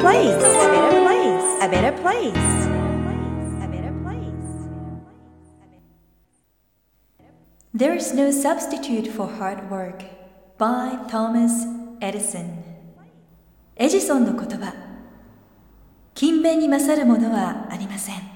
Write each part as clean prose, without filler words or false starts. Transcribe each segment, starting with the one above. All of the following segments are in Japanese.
place. A better place. A better place. A better place. There is no substitute for hard work by Thomas Edison. エジソンの言葉。勤勉に勝るものはありません。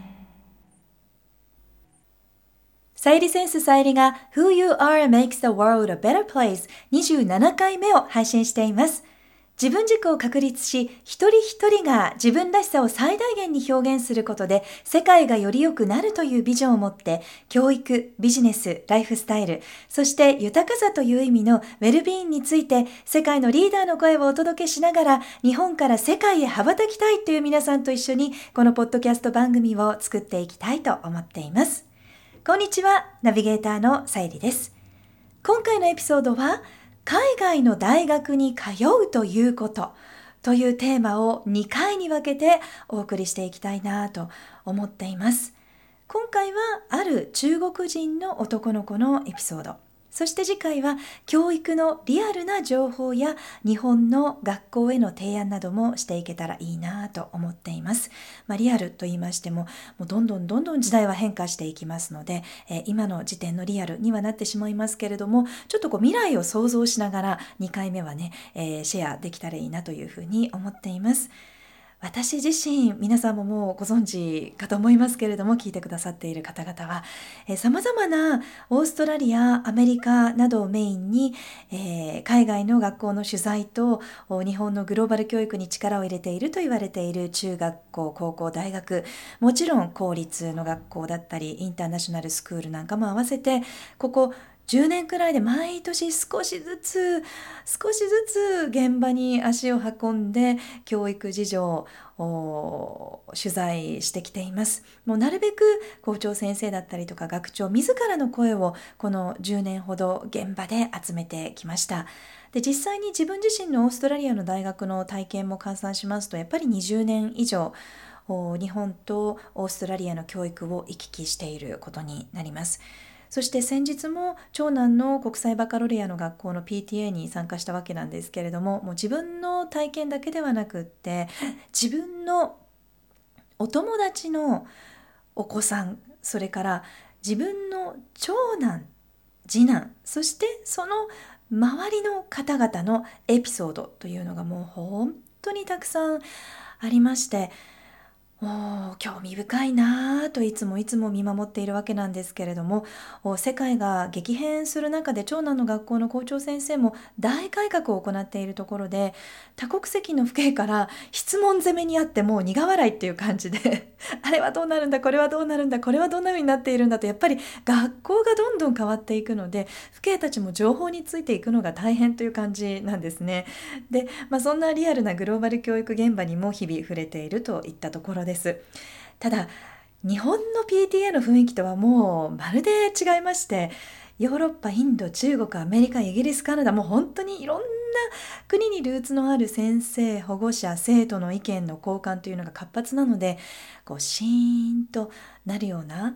さゆりセンスさゆりが Who You Are Makes the World a Better Place 27回目を配信しています。自分軸を確立し、一人一人が自分らしさを最大限に表現することで世界がより良くなるというビジョンを持って、教育、ビジネス、ライフスタイル、そして豊かさという意味のウェルビーインについて世界のリーダーの声をお届けしながら、日本から世界へ羽ばたきたいという皆さんと一緒にこのポッドキャスト番組を作っていきたいと思っています。こんにちは、ナビゲーターのさゆりです。今回のエピソードは海外の大学に通うということというテーマを2回に分けてお送りしていきたいなと思っています。今回はある中国人の男の子のエピソード、そして次回は教育のリアルな情報や日本の学校への提案などもしていけたらいいなと思っています。リアルと言いましても、どんどん時代は変化していきますので、今の時点のリアルにはなってしまいますけれども、ちょっと未来を想像しながら2回目はね、シェアできたらいいなというふうに思っています。私自身、皆さんももうご存知かと思いますけれども、聞いてくださっている方々は、様々なオーストラリア、アメリカなどをメインに、海外の学校の取材と日本のグローバル教育に力を入れていると言われている中学校、高校、大学、もちろん公立の学校だったり、インターナショナルスクールなんかも合わせて、ここ10年くらいで毎年少しずつ現場に足を運んで教育事情を取材してきています。もうなるべく校長先生だったりとか学長自らの声をこの10年ほど現場で集めてきました。で、実際に自分自身のオーストラリアの大学の体験も換算しますと、やっぱり20年以上日本とオーストラリアの教育を行き来していることになります。そして先日も長男の国際バカロレアの学校の PTA に参加したわけなんですけれども、もう自分の体験だけではなくって、自分のお友達のお子さん、それから自分の長男、次男、そしてその周りの方々のエピソードというのがもう本当にたくさんありまして、興味深いなぁといつも見守っているわけなんですけれども、世界が激変する中で長男の学校の校長先生も大改革を行っているところで、多国籍の父兄から質問攻めにあってもう苦笑いっていう感じであれはどうなるんだ、これはどうなるんだ、これはどんな風になっているんだと、やっぱり学校がどんどん変わっていくので、父兄たちも情報についていくのが大変という感じなんですね。で、そんなリアルなグローバル教育現場にも日々触れているといったところです。ただ日本の PTA の雰囲気とはもうまるで違いまして、ヨーロッパ、インド、中国、アメリカ、イギリス、カナダ、もう本当にいろんな国にルーツのある先生、保護者、生徒の意見の交換というのが活発なので、シーンとなるような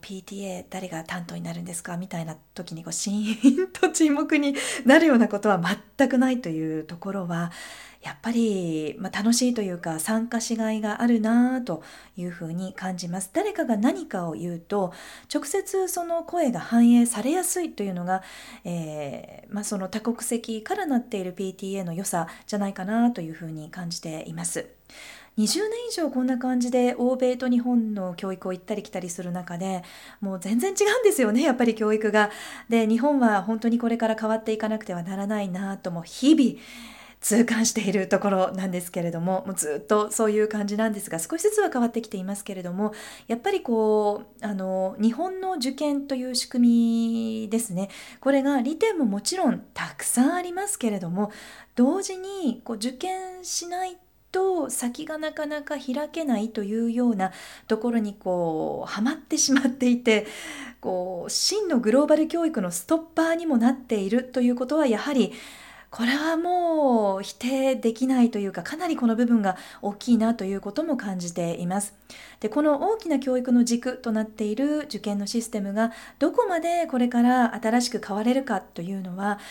PTA 誰が担当になるんですかみたいな時にシーンと沈黙になるようなことは全くないというところは、やっぱり、楽しいというか参加しがいがあるなというふうに感じます。誰かが何かを言うと直接その声が反映されやすいというのが、その多国籍からなっている PTA の良さじゃないかなというふうに感じています。20年以上こんな感じで欧米と日本の教育を行ったり来たりする中で、もう全然違うんですよね、やっぱり教育が。で、日本は本当にこれから変わっていかなくてはならないなとも日々痛感しているところなんですけれども、もうずっとそういう感じなんですが、少しずつは変わってきていますけれども、やっぱり日本の受験という仕組みですね。これが利点ももちろんたくさんありますけれども、同時に受験しないと先がなかなか開けないというようなところにはまってしまっていて、真のグローバル教育のストッパーにもなっているということは、やはりこれはもう否定できないというか、かなりこの部分が大きいなということも感じています。で、この大きな教育の軸となっている受験のシステムがどこまでこれから新しく変われるかというのは、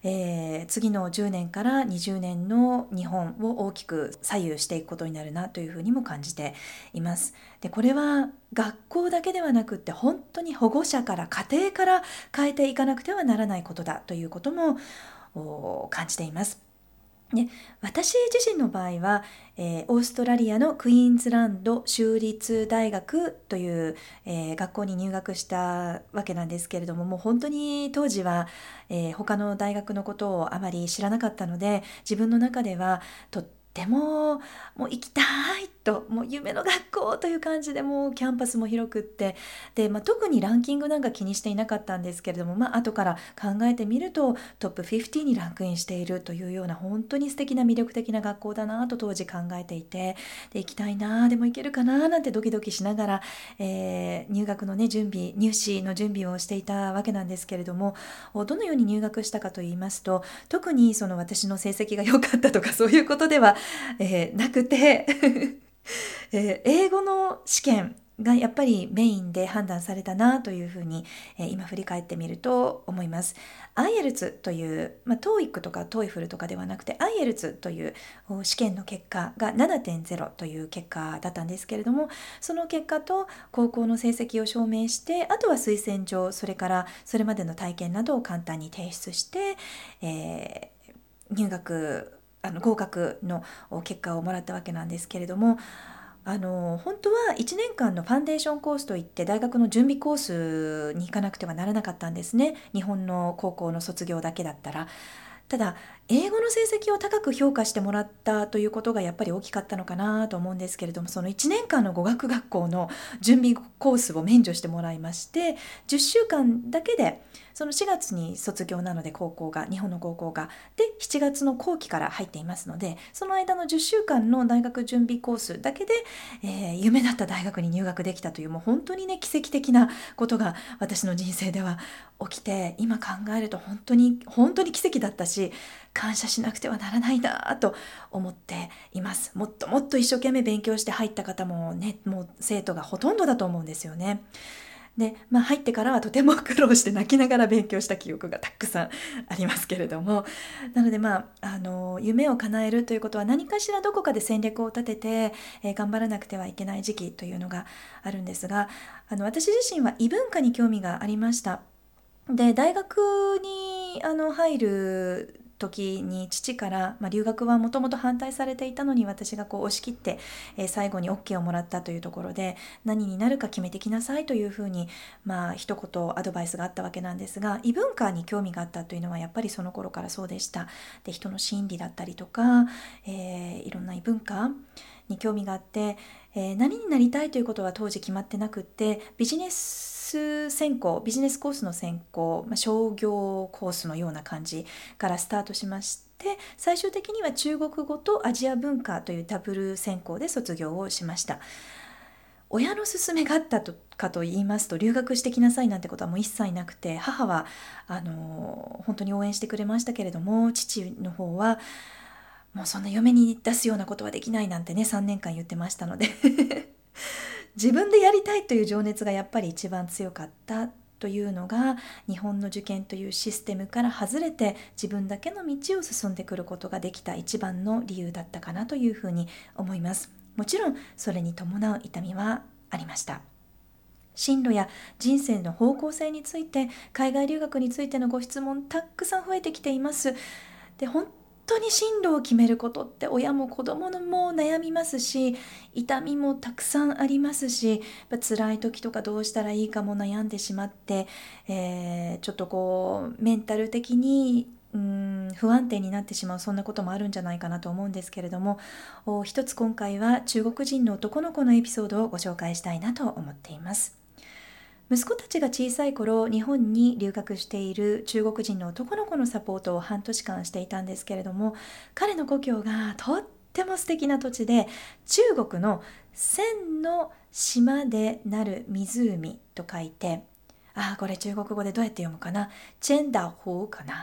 次の10年から20年の日本を大きく左右していくことになるなというふうにも感じています。でこれは学校だけではなくって本当に保護者から家庭から変えていかなくてはならないことだということも感じています。で私自身の場合は、オーストラリアのクイーンズランド州立大学という、学校に入学したわけなんですけれども、もう本当に当時は、他の大学のことをあまり知らなかったので、自分の中ではとってももう行きたいと、もう夢の学校という感じで、もうキャンパスも広くってで、特にランキングなんか気にしていなかったんですけれども、後から考えてみるとトップ50にランクインしているというような本当に素敵な魅力的な学校だなと当時考えていて、で行きたいな、でも行けるかななんてドキドキしながら、入学の準備、入試の準備をしていたわけなんですけれども、どのように入学したかといいますと、特にその私の成績が良かったとかそういうことでは、なくて英語の試験がやっぱりメインで判断されたなというふうに、今振り返ってみると思います。IELTS という、TOEIC とか TOEFL とかではなくて IELTS という試験の結果が 7.0 という結果だったんですけれども、その結果と高校の成績を証明して、あとは推薦状、それからそれまでの体験などを簡単に提出して、入学合格の結果をもらったわけなんですけれども、本当は1年間のファンデーションコースといって大学の準備コースに行かなくてはならなかったんですね。日本の高校の卒業だけだったら。ただ英語の成績を高く評価してもらったということがやっぱり大きかったのかなと思うんですけれども、その1年間の語学学校の準備コースを免除してもらいまして、10週間だけで、その4月に卒業なので高校が、日本の高校がで7月の後期から入っていますので、その間の10週間の大学準備コースだけで、夢だった大学に入学できたという、もう本当にね、奇跡的なことが私の人生では起きて、今考えると本当に奇跡だったし、感謝しなくてはならないなと思っています。もっともっと一生懸命勉強して入った方もね、もう生徒がほとんどだと思うんですよね。で、入ってからはとても苦労して泣きながら勉強した記憶がたくさんありますけれども、なので夢を叶えるということは何かしらどこかで戦略を立てて、頑張らなくてはいけない時期というのがあるんですが、私自身は異文化に興味がありました。で大学に入る時に父から、留学はもともと反対されていたのに、私が押し切って、最後に OK をもらったというところで、何になるか決めてきなさいというふうに、一言アドバイスがあったわけなんですが、異文化に興味があったというのはやっぱりその頃からそうでした。で人の心理だったりとか、いろんな異文化に興味があって、何になりたいということは当時決まってなくって、ビジネスコースの専攻、商業コースのような感じからスタートしまして、最終的には中国語とアジア文化というダブル専攻で卒業をしました。親の勧めがあったかと言いますと、留学してきなさいなんてことはもう一切なくて、母は本当に応援してくれましたけれども、父の方はもうそんな嫁に出すようなことはできないなんてね、3年間言ってましたので自分でやりたいという情熱がやっぱり一番強かったというのが、日本の受験というシステムから外れて自分だけの道を進んでくることができた一番の理由だったかなというふうに思います。もちろんそれに伴う痛みはありました。進路や人生の方向性について、海外留学についてのご質問たくさん増えてきています。で本当に進路を決めることって親も子供も悩みますし、痛みもたくさんありますし、辛い時とかどうしたらいいかも悩んでしまって、ちょっとメンタル的に不安定になってしまう、そんなこともあるんじゃないかなと思うんですけれども、一つ今回は中国人の男の子のエピソードをご紹介したいなと思っています。息子たちが小さい頃、日本に留学している中国人の男の子のサポートを半年間していたんですけれども、彼の故郷がとっても素敵な土地で、中国の千の島でなる湖と書いて、これ中国語でどうやって読むかな、チェンダホーかな、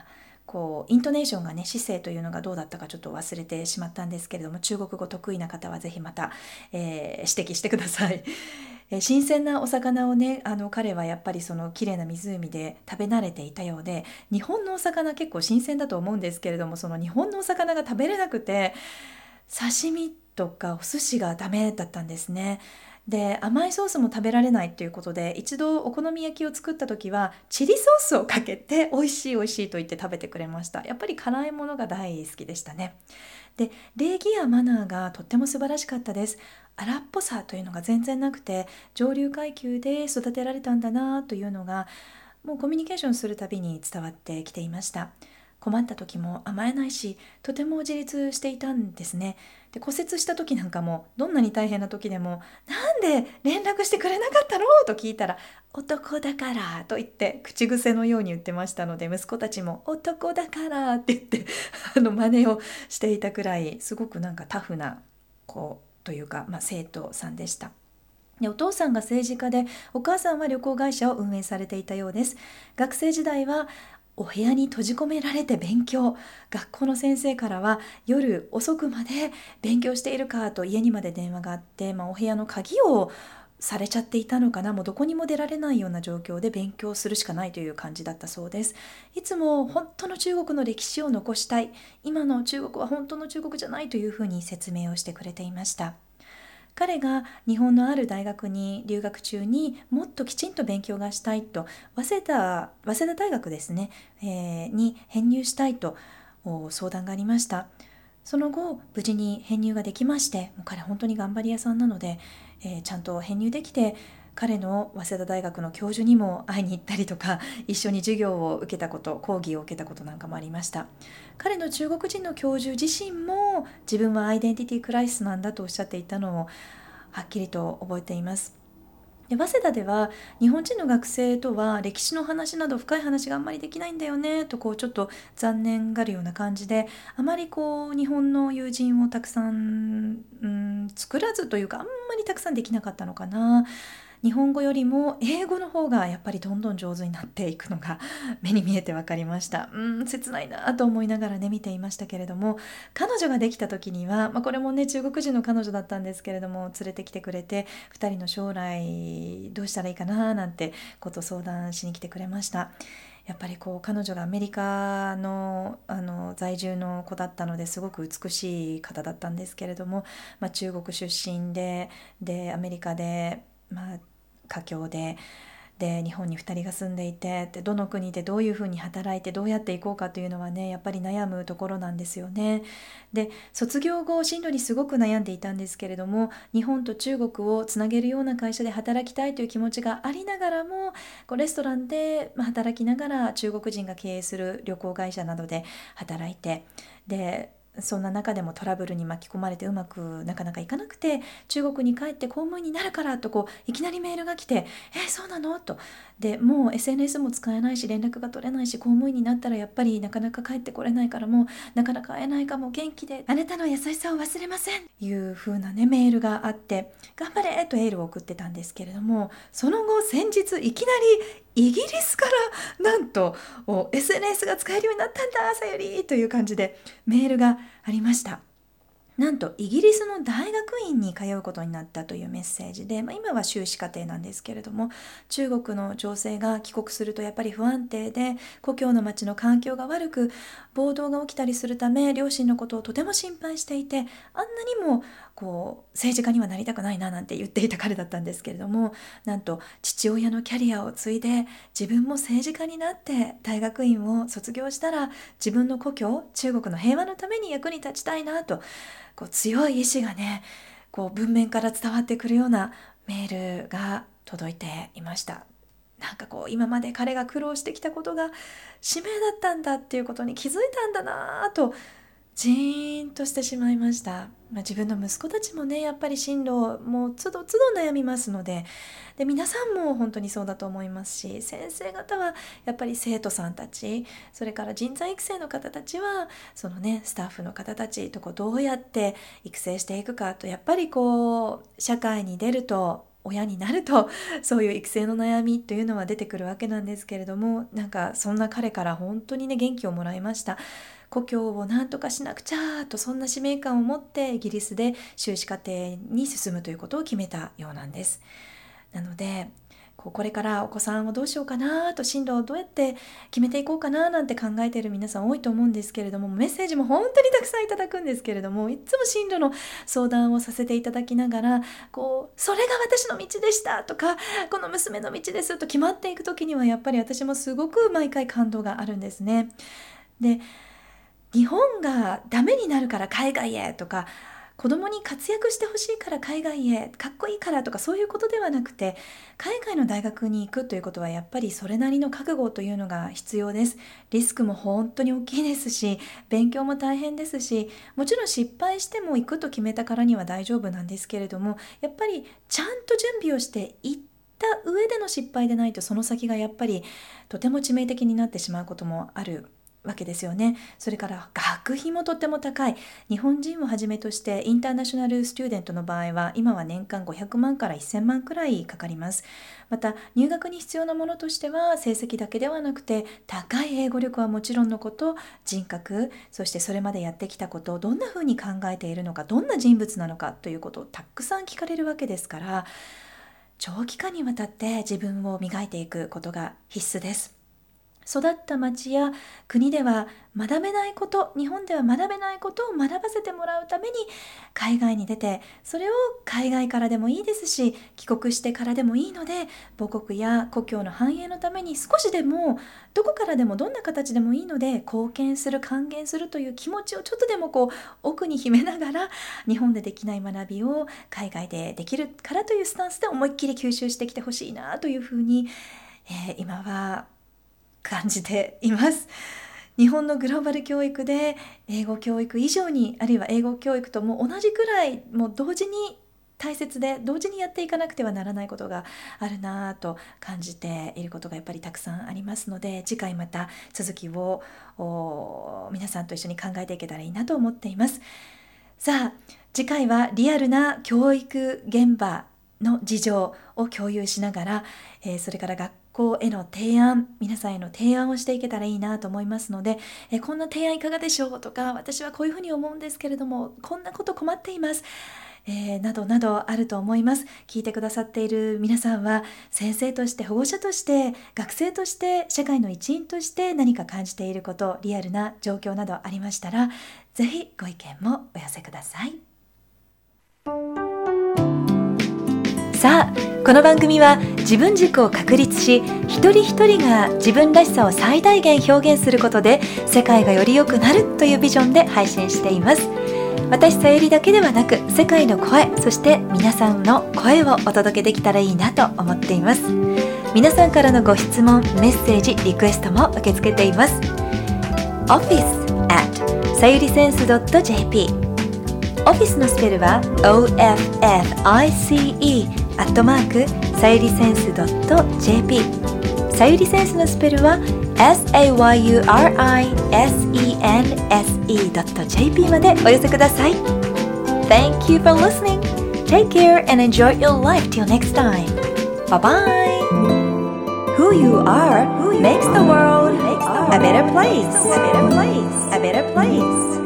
イントネーションがね、姿勢というのがどうだったかちょっと忘れてしまったんですけれども、中国語得意な方はぜひまた、指摘してください。新鮮なお魚をね、彼はやっぱりその綺麗な湖で食べ慣れていたようで、日本のお魚結構新鮮だと思うんですけれども、その日本のお魚が食べれなくて、刺身とかお寿司がダメだったんですね。で、甘いソースも食べられないということで、一度お好み焼きを作った時はチリソースをかけて美味しい美味しいと言って食べてくれました。やっぱり辛いものが大好きでしたね。で、礼儀やマナーがとっても素晴らしかったです。荒っぽさというのが全然なくて、上流階級で育てられたんだなというのが、もうコミュニケーションするたびに伝わってきていました。困った時も甘えないし、とても自立していたんですね。で、骨折した時なんかも、どんなに大変な時でも、なんで連絡してくれなかったのと聞いたら、男だからと言って口癖のように言ってましたので、息子たちも男だからって言って真似をしていたくらい、すごくなんかタフな子というか、生徒さんでした。で、お父さんが政治家で、お母さんは旅行会社を運営されていたようです。学生時代はお部屋に閉じ込められて勉強。学校の先生からは夜遅くまで勉強しているかと家にまで電話があって、お部屋の鍵をされちゃっていたのかな、もうどこにも出られないような状況で勉強するしかないという感じだったそうです。いつも本当の中国の歴史を残したい、今の中国は本当の中国じゃないというふうに説明をしてくれていました。彼が日本のある大学に留学中にもっときちんと勉強がしたいと、早稲田大学ですね、に編入したいと相談がありました。その後無事に編入ができまして、もう彼本当に頑張り屋さんなので、ちゃんと編入できて、彼の早稲田大学の教授にも会いに行ったりとか、一緒に授業を受けたこと、講義を受けたことなんかもありました。彼の中国人の教授自身も自分はアイデンティティクライシスなんだとおっしゃっていたのをはっきりと覚えています。で、早稲田では日本人の学生とは歴史の話など深い話があんまりできないんだよねと、ちょっと残念がるような感じで、あまり日本の友人をたくさん、作らずというか、あんまりたくさんできなかったのかな。日本語よりも英語の方がやっぱりどんどん上手になっていくのが目に見えて分かりました。切ないなと思いながらね、見ていましたけれども、彼女ができた時には、これもね、中国人の彼女だったんですけれども、連れてきてくれて、2人の将来どうしたらいいかななんてことを相談しに来てくれました。やっぱり彼女がアメリカの、在住の子だったので、すごく美しい方だったんですけれども、中国出身でアメリカで華僑で日本に2人が住んでいて、どの国でどういうふうに働いてどうやっていこうかというのはね、やっぱり悩むところなんですよね。で、卒業後進路にすごく悩んでいたんですけれども、日本と中国をつなげるような会社で働きたいという気持ちがありながらも、レストランで働きながら中国人が経営する旅行会社などで働いて、でそんな中でもトラブルに巻き込まれてうまくなかなかいかなくて、中国に帰って公務員になるからといきなりメールが来て、そうなのと。で、もう SNS も使えないし連絡が取れないし、公務員になったらやっぱりなかなか帰ってこれないから、もうなかなか会えないかも、元気であなたの優しさを忘れませんいう風なねメールがあって、頑張れとエールを送ってたんですけれども、その後先日いきなりイギリスからなんとSNS が使えるようになったんださよりという感じでメールがありました。なんとイギリスの大学院に通うことになったというメッセージで、今は修士課程なんですけれども、中国の情勢が帰国するとやっぱり不安定で、故郷の町の環境が悪く暴動が起きたりするため、両親のことをとても心配していて、あんなにも政治家にはなりたくないななんて言っていた彼だったんですけれども、なんと父親のキャリアを継いで自分も政治家になって大学院を卒業したら、自分の故郷中国の平和のために役に立ちたいなと、強い意志がね、文面から伝わってくるようなメールが届いていました。なんか今まで彼が苦労してきたことが使命だったんだっていうことに気づいたんだなと、ジーンとしてしまいました。自分の息子たちもね、やっぱり進路もつどつど悩みますので、皆さんも本当にそうだと思いますし、先生方はやっぱり生徒さんたち、それから人材育成の方たちはそのね、スタッフの方たちとどうやって育成していくかと、やっぱり社会に出ると親になるとそういう育成の悩みというのは出てくるわけなんですけれども、なんかそんな彼から本当にね元気をもらいました。故郷を何とかしなくちゃと、そんな使命感を持ってイギリスで修士課程に進むということを決めたようなんです。なのでこれからお子さんをどうしようかなと、進路をどうやって決めていこうかななんて考えている皆さん多いと思うんですけれども、メッセージも本当にたくさんいただくんですけれども、いつも進路の相談をさせていただきながら、それが私の道でしたとか、この娘の道ですと決まっていく時にはやっぱり私もすごく毎回感動があるんですね。で、日本がダメになるから海外へとか、子供に活躍してほしいから海外へ、かっこいいからとか、そういうことではなくて、海外の大学に行くということはやっぱりそれなりの覚悟というのが必要です。リスクも本当に大きいですし、勉強も大変ですし、もちろん失敗しても行くと決めたからには大丈夫なんですけれども、やっぱりちゃんと準備をして行った上での失敗でないと、その先がやっぱりとても致命的になってしまうこともあるわけですよね。それから学費もとっても高い。日本人をはじめとしてインターナショナルスチューデントの場合は今は年間500万から1000万くらいかかります。また入学に必要なものとしては成績だけではなくて、高い英語力はもちろんのこと、人格、そしてそれまでやってきたことをどんなふうに考えているのか、どんな人物なのかということをたくさん聞かれるわけですから、長期間にわたって自分を磨いていくことが必須です。育った町や国では学べないこと、日本では学べないことを学ばせてもらうために海外に出て、それを海外からでもいいですし、帰国してからでもいいので、母国や故郷の繁栄のために少しでも、どこからでもどんな形でもいいので貢献する、還元するという気持ちをちょっとでも奥に秘めながら、日本でできない学びを海外でできるからというスタンスで思いっきり吸収してきてほしいなというふうに、今は感じています。日本のグローバル教育で英語教育以上に、あるいは英語教育とも同じくらいもう同時に大切で、同時にやっていかなくてはならないことがあるなと感じていることがやっぱりたくさんありますので、次回また続きを皆さんと一緒に考えていけたらいいなと思っています。さあ、次回はリアルな教育現場の事情を共有しながら、それから学校への提案、皆さんへの提案をしていけたらいいなと思いますので、こんな提案いかがでしょうとか、私はこういうふうに思うんですけれども、こんなこと困っています、などなどあると思います。聞いてくださっている皆さんは、先生として、保護者として、学生として、社会の一員として何か感じていること、リアルな状況などありましたら、ぜひご意見もお寄せください。さあ、この番組は自分軸を確立し、一人一人が自分らしさを最大限表現することで世界がより良くなるというビジョンで配信しています。私さゆりだけではなく、世界の声、そして皆さんの声をお届けできたらいいなと思っています。皆さんからのご質問、メッセージ、リクエストも受け付けています。office@sayurisense.jp、 オフィスのスペルは office@sayurisense.jp、 さゆりセンスのスペルは sayurisense.jp までお寄せください。 Thank you for listening. Take care and enjoy your life till next time. Bye bye. Who you are makes the world a better place. A better place.